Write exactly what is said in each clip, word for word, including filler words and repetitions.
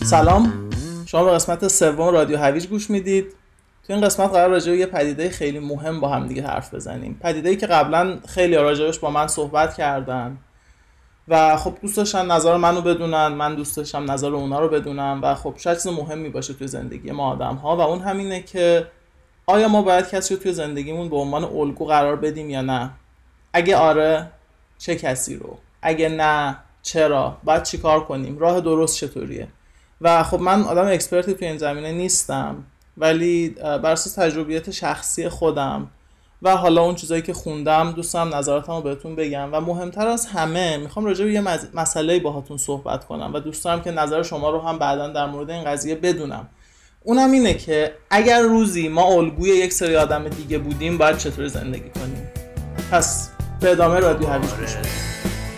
سلام، شما به قسمت سوم رادیو هویج گوش میدید. تو این قسمت قرار راجع به یه پدیده خیلی مهم با هم دیگه حرف بزنیم. پدیده‌ای که قبلا خیلی راجعش با من صحبت کردن و خب دوست داشتن نظر منو بدونن، من دوست داشتم نظر اونا رو بدونم و خب شاید چیز مهمی باشه توی زندگی ما آدم‌ها و اون همینه که آیا ما باید کسی رو توی زندگیمون به عنوان الگو قرار بدیم یا نه؟ اگه آره، چه کسی رو؟ اگه نه، چرا؟ باید چی کار کنیم؟ راه درست چطوریه؟ و خب من آدم اکسپرتی توی این زمینه نیستم، ولی بر اساس تجربیات شخصی خودم و حالا اون چیزایی که خوندم دوستم نظراتمو بهتون بگم و مهمتر از همه میخوام راجع به یه مز... مسئله‌ای باهاتون صحبت کنم و دوست دارم که نظر شما رو هم بعداً در مورد این قضیه بدونم. اونم اینه که اگر روزی ما الگوی یک سری آدم دیگه بودیم باید چطور زندگی کنیم. پس به ادامه رادیو هویج گوش بدید.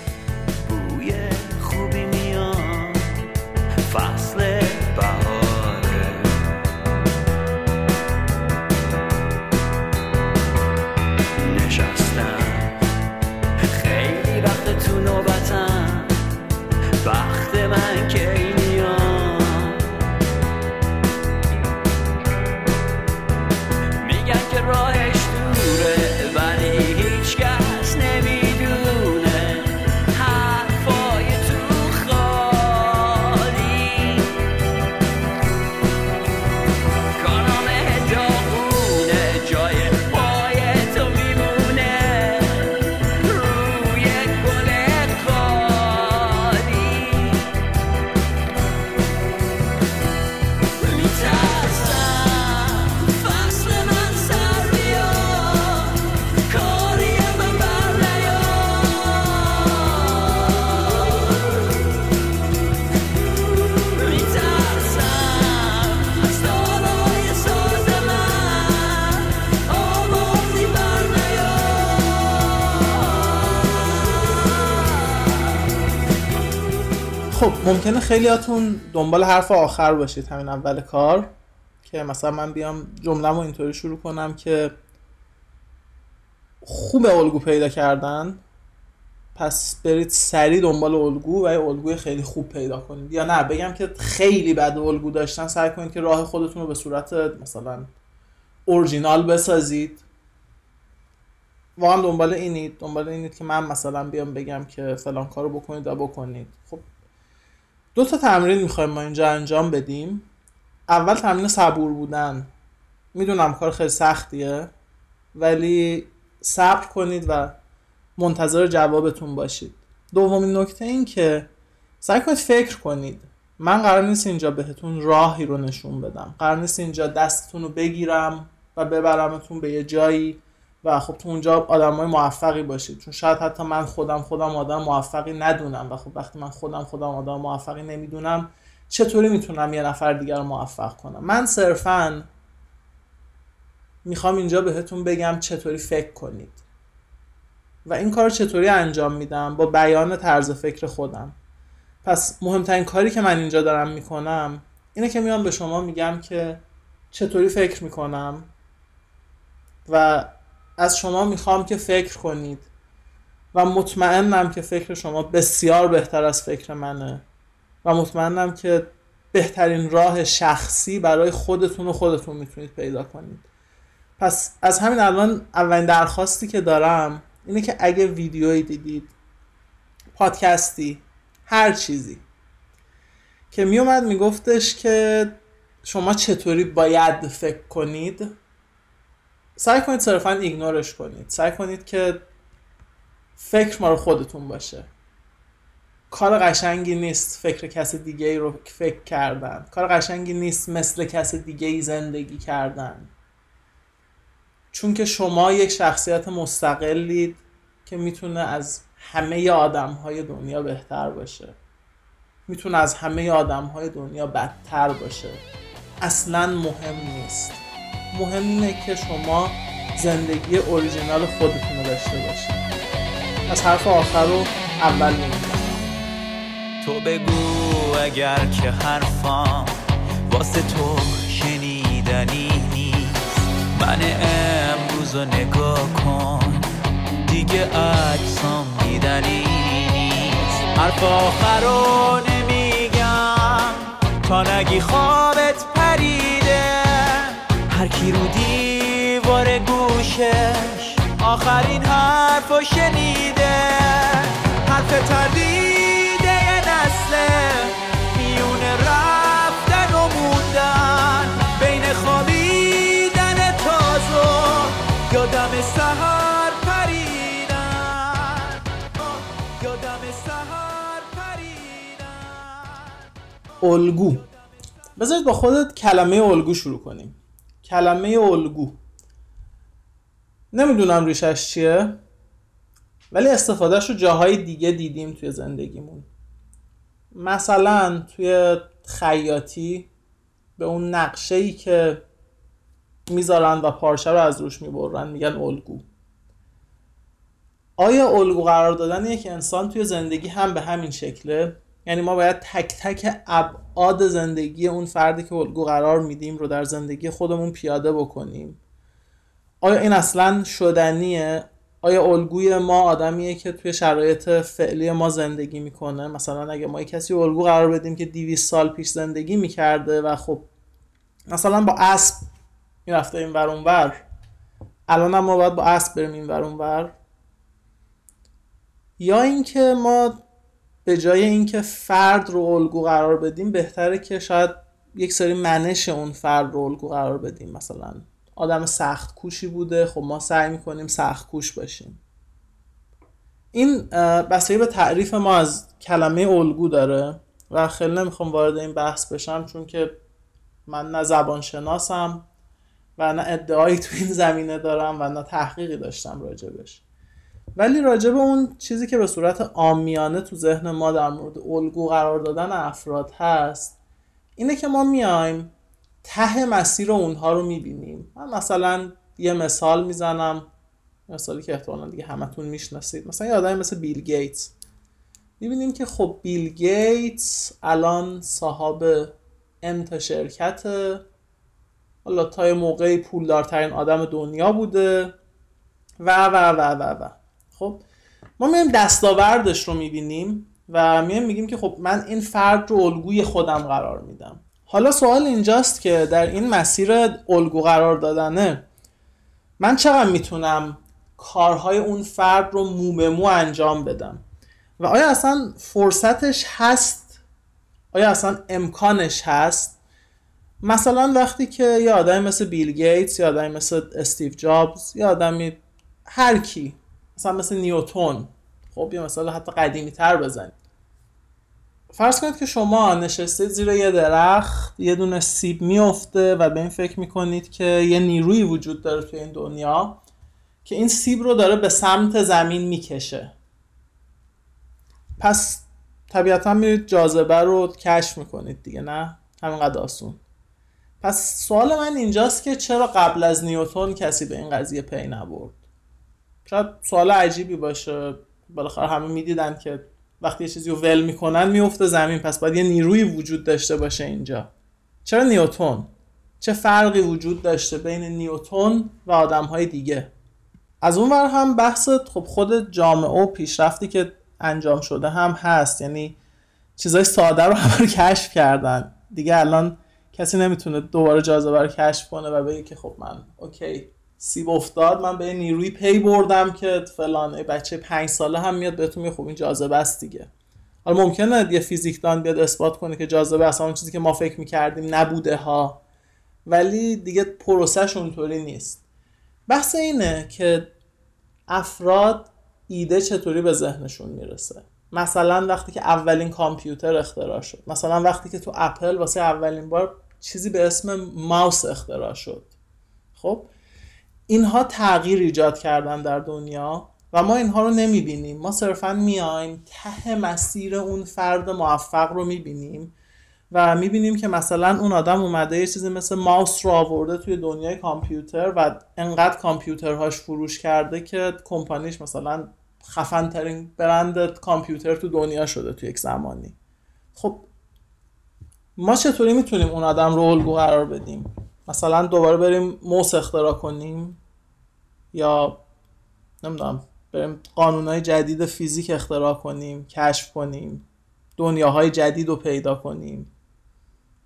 خب ممکنه خیلیاتون دنبال حرف آخر باشید همین اول کار، که مثلا من بیام جمله‌مو اینطوری شروع کنم که خوب الگو پیدا کردن، پس برید سریع دنبال الگو و یه الگوی خیلی خوب پیدا کنید، یا نه بگم که خیلی بد الگو داشتن سعی کنید که راه خودتون رو به صورت مثلا اورجینال بسازید. واقعا دنبال اینید دنبال اینید که من مثلا بیام بگم که فلان کارو بکنید و بکنید. خب دو تا تمرین میخوایم ما اینجا انجام بدیم. اول تمرین صبور بودن. میدونم کار خیلی سختیه، ولی صبر کنید و منتظر جوابتون باشید. دومین نکته این که سعی کنید فکر کنید. من قرار نیست اینجا بهتون راهی رو نشون بدم، قرار نیست اینجا دستتون رو بگیرم و ببرمتون به یه جایی و خب تو اونجا آدمای موفقی باشید، چون شاید حتی من خودم خودم آدم موفقی ندونم و خب وقتی من خودم خودم آدم موفقی نمیدونم چطوری میتونم یه نفر دیگر رو موفق کنم؟ من صرفاً میخوام اینجا بهتون بگم چطوری فکر کنید و این کار چطوری انجام میدم با بیان طرز فکر خودم. پس مهمترین کاری که من اینجا دارم میکنم اینه که میام به شما میگم که چطوری فکر میکنم و از شما میخوام که فکر کنید و مطمئنم که فکر شما بسیار بهتر از فکر منه و مطمئنم که بهترین راه شخصی برای خودتون و خودتون میتونید پیدا کنید. پس از همین الان اولین درخواستی که دارم اینه که اگه ویدیویی دیدید، پادکستی، هر چیزی که میومد میگفتش که شما چطوری باید فکر کنید، سعی کنید صرفاً ایگنورش کنید. سعی کنید که فکر مال خودتون باشه. کار قشنگی نیست فکر کس دیگه ای رو فکر کردن. کار قشنگی نیست مثل کس دیگه ای زندگی کردن. چون که شما یک شخصیت مستقلید که میتونه از همه آدم‌های دنیا بهتر باشه. میتونه از همه آدم‌های دنیا بدتر باشه. اصلاً مهم نیست. مهم اینه که شما زندگی اوریجینال خودتون رو داشته باشید. از حرف آخر رو اول میگم. تو بگو اگر که حرفام واسه تو شنیدنی نیست، من امروز رو نگاه کن دیگه عکسام دیدنی نیست. حرف آخر رو نمیگم تا نگی خوابت پریده. هر کی رو دیوار گوشش آخرین حرفو شنیده. حرف تردیده یه نسله میون رفتن و موندن، بین خوابیدن تازه یادم سحر پریدن، یادم سحر پریدن. الگو. بذارید با خودت کلمه الگو شروع کنیم. کلمه الگو نمیدونم ریشش چیه، ولی استفادهش رو جاهای دیگه دیدیم توی زندگیمون. مثلا توی خیاطی به اون نقشه‌ای که میذارن و پارچه رو از روش میبرن میگن الگو. آیا الگو قرار دادن یک انسان توی زندگی هم به همین شکله؟ یعنی ما باید تک تک ابعاد زندگی اون فردی که الگو قرار میدیم رو در زندگی خودمون پیاده بکنیم؟ آیا این اصلا شدنیه؟ آیا الگوی ما آدمیه که توی شرایط فعلی ما زندگی میکنه؟ مثلا اگه ما یک کسی الگو قرار بدیم که دویست سال پیش زندگی میکرده و خب مثلا با اسب میرفته این ور اون ور، الان هم ما باید با اسب بریم این ور اون ور؟ یا اینکه ما به جای اینکه فرد رو الگو قرار بدیم بهتره که شاید یک سری منش اون فرد رو الگو قرار بدیم؟ مثلا آدم سخت کوشی بوده، خب ما سعی میکنیم سخت کوش باشیم. این بستگی به تعریف ما از کلمه الگو داره و خیلی نمیخوام وارد این بحث بشم، چون که من نه زبان شناسم و نه ادعایی تو این زمینه دارم و نه تحقیقی داشتم راجبش. ولی راجب اون چیزی که به صورت عامیانه تو ذهن ما در مورد الگو قرار دادن افراد هست اینه که ما میایم ته مسیر اونها رو میبینیم. من مثلا یه مثال میزنم، مثالی که احتمالاً دیگه همتون میشناسید. مثلا یه آدمی مثل بیل گیتس، میبینیم که خب بیل گیتس الان صاحب ام تا شرکت، حالا تا یه موقعی پولدارترین آدم دنیا بوده و و و و و خب ما میایم دستاوردش رو میبینیم و میایم میگیم که خب من این فرد رو الگوی خودم قرار میدم. حالا سوال اینجاست که در این مسیر الگو قرار دادنه من چقدر میتونم کارهای اون فرد رو مو به مو انجام بدم و آیا اصلا فرصتش هست؟ آیا اصلا امکانش هست؟ مثلا وقتی که یه آدمی مثل بیل گیتس، یا آدمی مثل استیو جابز، یا آدمی هر کی، مثلا مثل نیوتن، خب یه مثلا حتی قدیمی تر بزنید، فرض کنید که شما نشستید زیر یه درخت، یه دونه سیب میفته و به این فکر میکنید که یه نیروی وجود داره توی این دنیا که این سیب رو داره به سمت زمین میکشه. پس طبیعتا میرید جاذبه رو کشف میکنید دیگه، نه؟ همینقدر آسون. پس سوال من اینجاست که چرا قبل از نیوتن کسی به این قضیه پی نبرد؟ شاید سوال عجیبی باشه، بالاخره همه میدیدن که وقتی یه چیزی رو ول میکنن میفته زمین، پس باید یه نیروی وجود داشته باشه اینجا. چرا نیوتن؟ چه فرقی وجود داشته بین نیوتن و آدم‌های دیگه؟ از اون ور هم بحث خب خود جامعه و پیشرفتی که انجام شده هم هست، یعنی چیزای ساده رو همه رو کشف کردن دیگه. الان کسی نمیتونه دوباره جاذبه رو کشف کنه و بگه که خب من اوکی سیب افتاد، من به نیروی پی بردم که فلان بچه پنج ساله هم میاد بهتون میگه خب این جاذبه است دیگه. حالا ممکنه یه فیزیکدان بیاد اثبات کنه که جاذبه اصلا اون چیزی که ما فکر میکردیم نبوده ها، ولی دیگه پروسش اونطوری نیست. بحث اینه که افراد ایده چطوری به ذهنشون میرسه. مثلا وقتی که اولین کامپیوتر اختراع شد، مثلا وقتی که تو اپل واسه اولین بار چیزی به اسم ماوس اختراع شد، خب اینها تغییر ایجاد کردن در دنیا و ما اینها رو نمیبینیم. ما صرفاً میایم ته مسیر اون فرد موفق رو میبینیم و میبینیم که مثلا اون آدم اومده یه چیزی مثل ماوس رو آورده توی دنیای کامپیوتر و انقدر کامپیوترهاش فروش کرده که کمپانیش مثلا خفن ترین برند کامپیوتر تو دنیا شده تو یک زمانی. خب ما چطوری میتونیم اون آدم رو الگو قرار بدیم؟ مثلا دوباره بریم موس اختراع کنیم، یا نمیدونم بریم قانونهای جدید فیزیک اختراع کنیم، کشف کنیم، دنیاهای جدید رو پیدا کنیم؟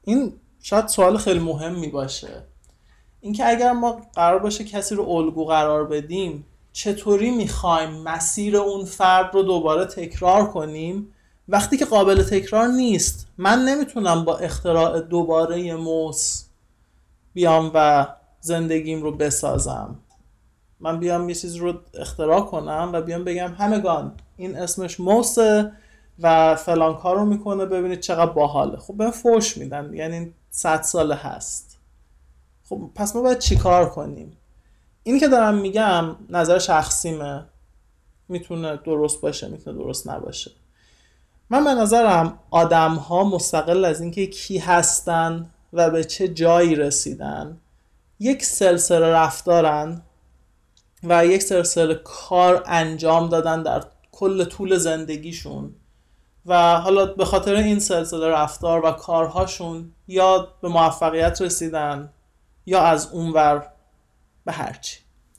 این شاید سوال خیلی مهمی باشه، اینکه اگر ما قرار باشه کسی رو الگو قرار بدیم، چطوری میخوایم مسیر اون فرد رو دوباره تکرار کنیم وقتی که قابل تکرار نیست. من نمیتونم با اختراع دوباره موس بیام و زندگیم رو بسازم. من بیام یه چیز رو اختراع کنم و بیام بگم همگان این اسمش موسه و فلان کار رو میکنه، ببینید چقدر باحاله. خب بهم فوش میدن، یعنی صد ساله هست. خب پس ما باید چی کار کنیم؟ این که دارم میگم نظر شخصیمه، میتونه درست باشه میتونه درست نباشه. من به نظرم آدم ها مستقل از اینکه کی هستن و به چه جایی رسیدن، یک سلسله رفتارن و یک سلسله کار انجام دادن در کل طول زندگیشون و حالا به خاطر این سلسله رفتار و کارهاشون یا به موفقیت رسیدن یا از اونور به هرچی.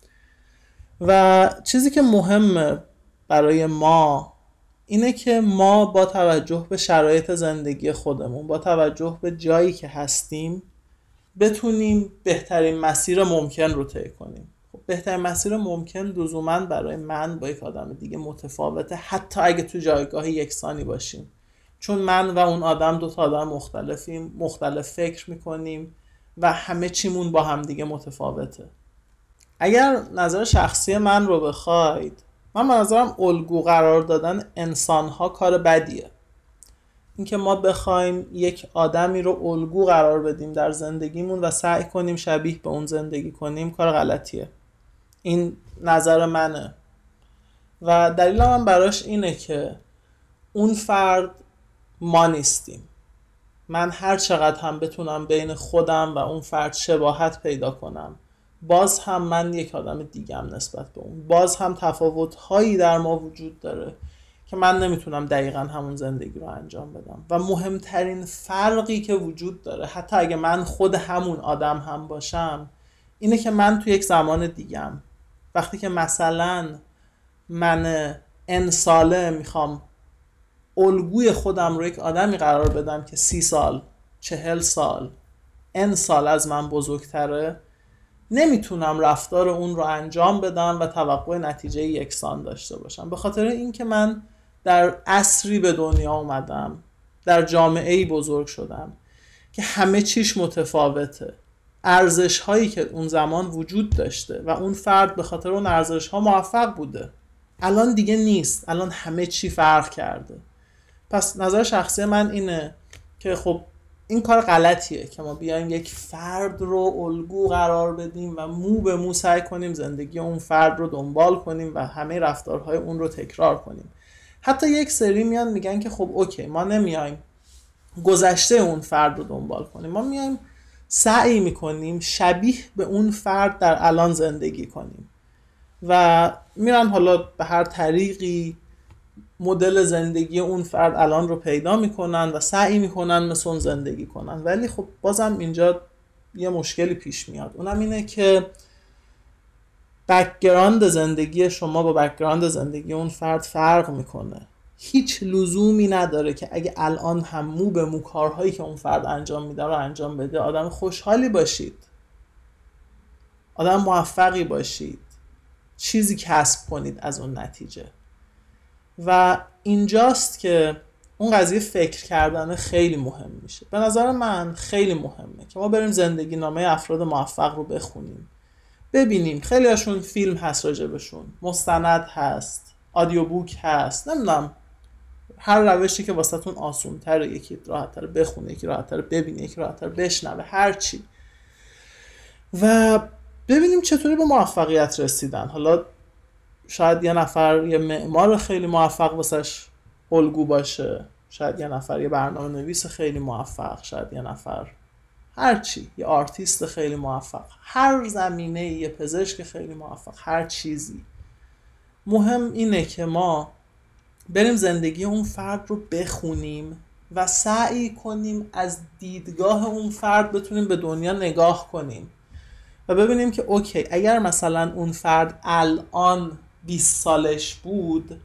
و چیزی که مهمه برای ما اینه که ما با توجه به شرایط زندگی خودمون، با توجه به جایی که هستیم، بتونیم بهترین مسیر ممکن رو طی کنیم. خب بهترین مسیر ممکن لزوماً برای من با یک آدم دیگه متفاوته، حتی اگه تو جایگاه یکسانی باشیم، چون من و اون آدم دو تا آدم مختلفیم، مختلف فکر میکنیم و همه چیمون با هم دیگه متفاوته. اگر نظر شخصی من رو بخواید، من به نظرم الگو قرار دادن انسان‌ها کار بدیه. اینکه ما بخوایم یک آدمی رو الگو قرار بدیم در زندگیمون و سعی کنیم شبیه به اون زندگی کنیم کار غلطیه. این نظر منه و دلیل من براش اینه که اون فرد ما نیستیم. من هر چقدر هم بتونم بین خودم و اون فرد شباهت پیدا کنم، باز هم من یک آدم دیگم نسبت به اون، باز هم تفاوت‌هایی در ما وجود داره که من نمیتونم دقیقاً همون زندگی رو انجام بدم. و مهمترین فرقی که وجود داره، حتی اگه من خود همون آدم هم باشم، اینه که من تو یک زمان دیگم، وقتی که مثلا من ان ساله میخوام الگوی خودم رو یک آدمی قرار بدم که سی سال، چهل سال، ان سال از من بزرگتره، نمیتونم رفتار اون رو انجام بدم و توقع نتیجه یکسان داشته باشم، به خاطر اینکه من در عصری به دنیا اومدم، در جامعه‌ای بزرگ شدم که همه چیش متفاوته. ارزش هایی که اون زمان وجود داشته و اون فرد به خاطر اون ارزش ها موفق بوده، الان دیگه نیست. الان همه چی فرق کرده. پس نظر شخصی من اینه که خب این کار غلطیه که ما بیایم یک فرد رو الگو قرار بدیم و مو به مو سعی کنیم زندگی اون فرد رو دنبال کنیم و همه رفتارهای اون رو تکرار کنیم. حتی یک سری میان میگن که خب اوکی، ما نمیایم گذشته اون فرد رو دنبال کنیم، ما میایم سعی میکنیم شبیه به اون فرد در الان زندگی کنیم و میرن حالا به هر طریقی مدل زندگی اون فرد الان رو پیدا میکنن و سعی میکنن مثل اون زندگی کنن. ولی خب بازم اینجا یه مشکلی پیش میاد، اونم اینه که بک‌گراند زندگی شما با بک‌گراند زندگی اون فرد فرق میکنه. هیچ لزومی نداره که اگه الان هم مو به مو کارهایی که اون فرد انجام میده رو انجام بده آدم خوشحالی باشید، آدم موفقی باشید، چیزی کسب کنید از اون نتیجه. و اینجاست که اون قضیه فکر کردن خیلی مهم میشه. به نظر من خیلی مهمه که ما بریم زندگی نامه افراد موفق رو بخونیم، ببینیم. خیلی هاشون فیلم هست راجبشون، مستند هست، آدیو بوک هست، نمیدونم هر روشی که واسه تون آسون تره، یکی راحت تره بخونه، یکی راحت تره ببینه، یکی راحت تره بشنوه، هر چی، و ببینیم چطوری به موفقیت رسیدن. حالا شاید یه نفر یه معمار خیلی موفق واسش الگو باشه، شاید یه نفر یه برنامه نویس خیلی موفق، شاید یه نفر هر چی، یه آرتیست خیلی موفق، هر زمینه، یه پزشک خیلی موفق، هر چیزی. مهم اینه که ما بریم زندگی اون فرد رو بخونیم و سعی کنیم از دیدگاه اون فرد بتونیم به دنیا نگاه کنیم و ببینیم که اوکی، اگر مثلا اون فرد الان بیست سالش بود،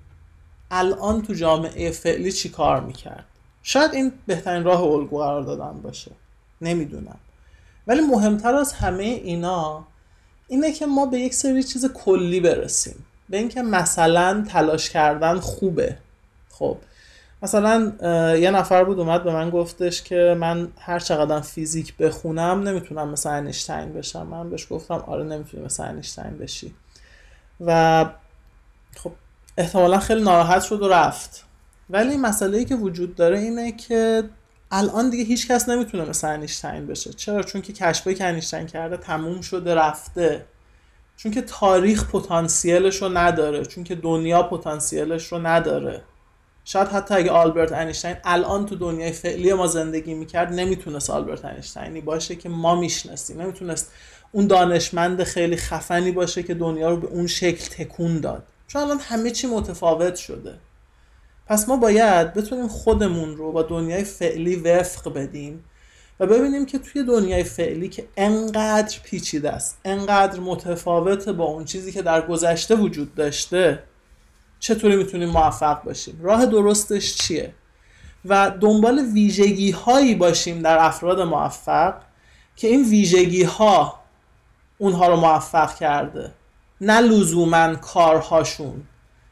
الان تو جامعه فعلی چی کار میکرد. شاید این بهترین راه الگو قرار دادن باشه. نمیدونم. ولی مهمتر از همه اینا اینه که ما به یک سری چیز کلی برسیم، به اینکه مثلا تلاش کردن خوبه. خب مثلا یه نفر بود اومد به من گفتش که من هر چقدر فیزیک بخونم نمیتونم مثل اینشتین بشم. من بهش گفتم آره نمیتونی مثل اینشتین بشی و خب احتمالا خیلی ناراحت شد و رفت. ولی مسئله‌ای که وجود داره اینه که الان دیگه هیچ کس نمیتونه مثل اینشتین بشه. چرا؟ چون که کشفی که اینشتین کرده تموم شده رفته، چون که تاریخ پتانسیلش رو نداره، چون که دنیا پتانسیلش رو نداره. شاید حتی اگه آلبرت اینشتین الان تو دنیای فعلی ما زندگی میکرد نمیتونست آلبرت اینشتینی باشه که ما میشناسیم، نمیتونست اون دانشمند خیلی خفنی باشه که دنیا رو به اون شکل تکون داد، چون الان همه چی متفاوت شده. پس ما باید بتونیم خودمون رو با دنیای فعلی وفق بدیم و ببینیم که توی دنیای فعلی که انقدر پیچیده است، انقدر متفاوته با اون چیزی که در گذشته وجود داشته، چطوری میتونیم موفق باشیم، راه درستش چیه و دنبال ویژگی هایی باشیم در افراد موفق که این ویژگی ها اونها رو موفق کرده، نه لزوماً کارهاشون.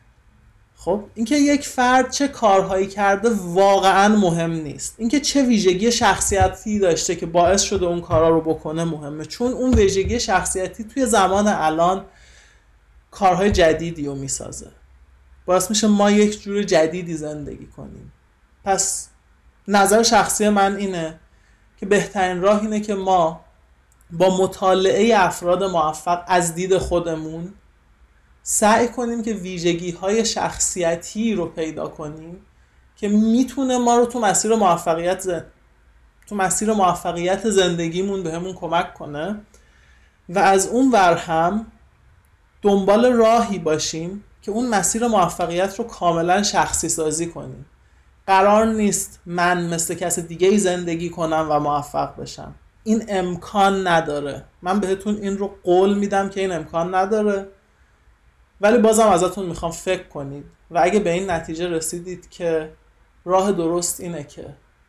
خب اینکه یک فرد چه کارهایی کرده واقعاً مهم نیست، اینکه چه ویژگی شخصیتی داشته که باعث شده اون کارا رو بکنه مهمه، چون اون ویژگی شخصیتی توی زمان الان کارهای جدیدی رو میسازه، باعث میشه ما یک جور جدیدی زندگی کنیم. پس نظر شخصی من اینه که بهترین راه اینه که ما با مطالعه افراد موفق از دید خودمون سعی کنیم که ویژگی‌های شخصیتی رو پیدا کنیم که میتونه ما رو تو مسیر موفقیت ز... تو مسیر موفقیت زندگیمون بهمون کمک کنه و از اون ور هم دنبال راهی باشیم که اون مسیر موفقیت رو کاملا شخصی سازی کنیم. قرار نیست من مثل کس دیگه ای زندگی کنم و موفق بشم، این امکان نداره. من بهتون این رو قول میدم که این امکان نداره، ولی بازم ازتون میخوام فکر کنید و اگه به این نتیجه رسیدید که راه درست اینه که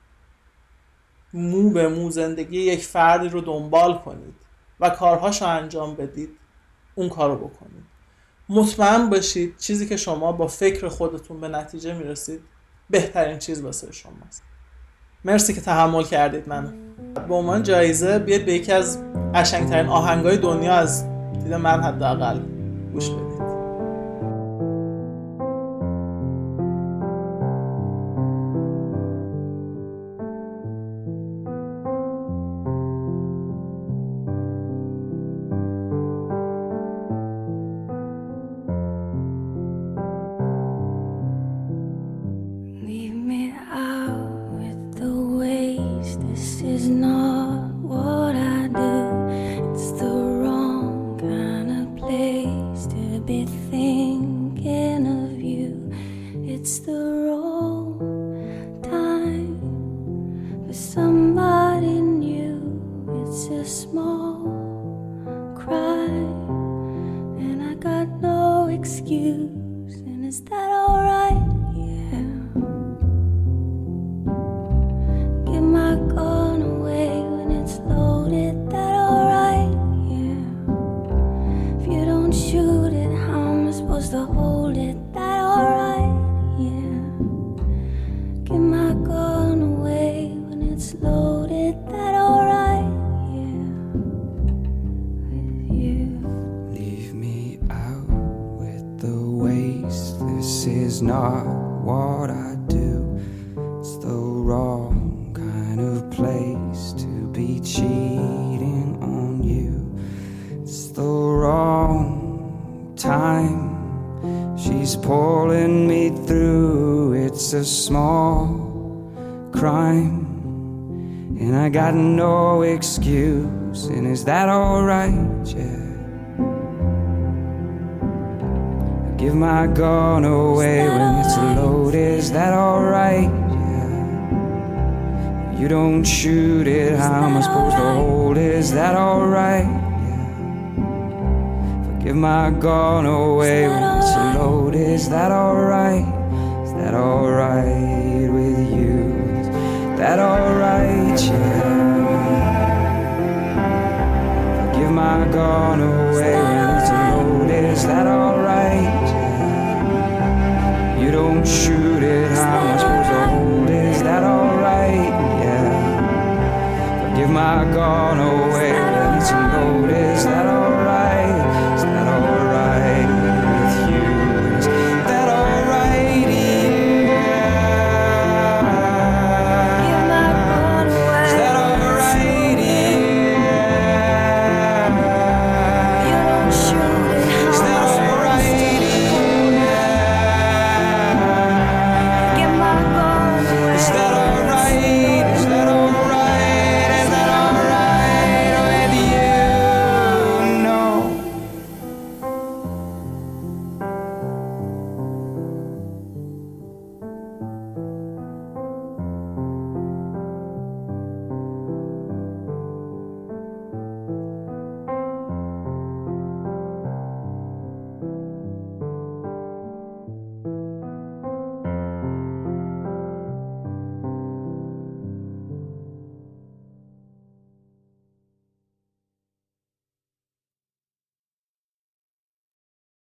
مو به مو زندگی یک فردی رو دنبال کنید و کارهاشو انجام بدید، اون کارو بکنید. مطمئن باشید چیزی که شما با فکر خودتون به نتیجه میرسید بهترین چیز واسه شماست. مرسی که تحمل کردید من. به عنوان جایزه بیاید به یکی از قشنگترین آهنگای دنیا از دید من حداقل گوش بدید. Not what I do. It's the wrong kind of place to be cheating on you. It's the wrong time. She's pulling me through. It's a small crime, and I got no excuse. And is that alright? Yeah. Give my gun away when it's loaded. Is that alright? Yeah. You don't shoot it, how am I supposed to hold it? Is that alright? Yeah. Give my gun away when it's loaded. Is that alright? Is that alright with you? Is that alright? Yeah. I gone away when it's a load? Is that alright? You don't shoot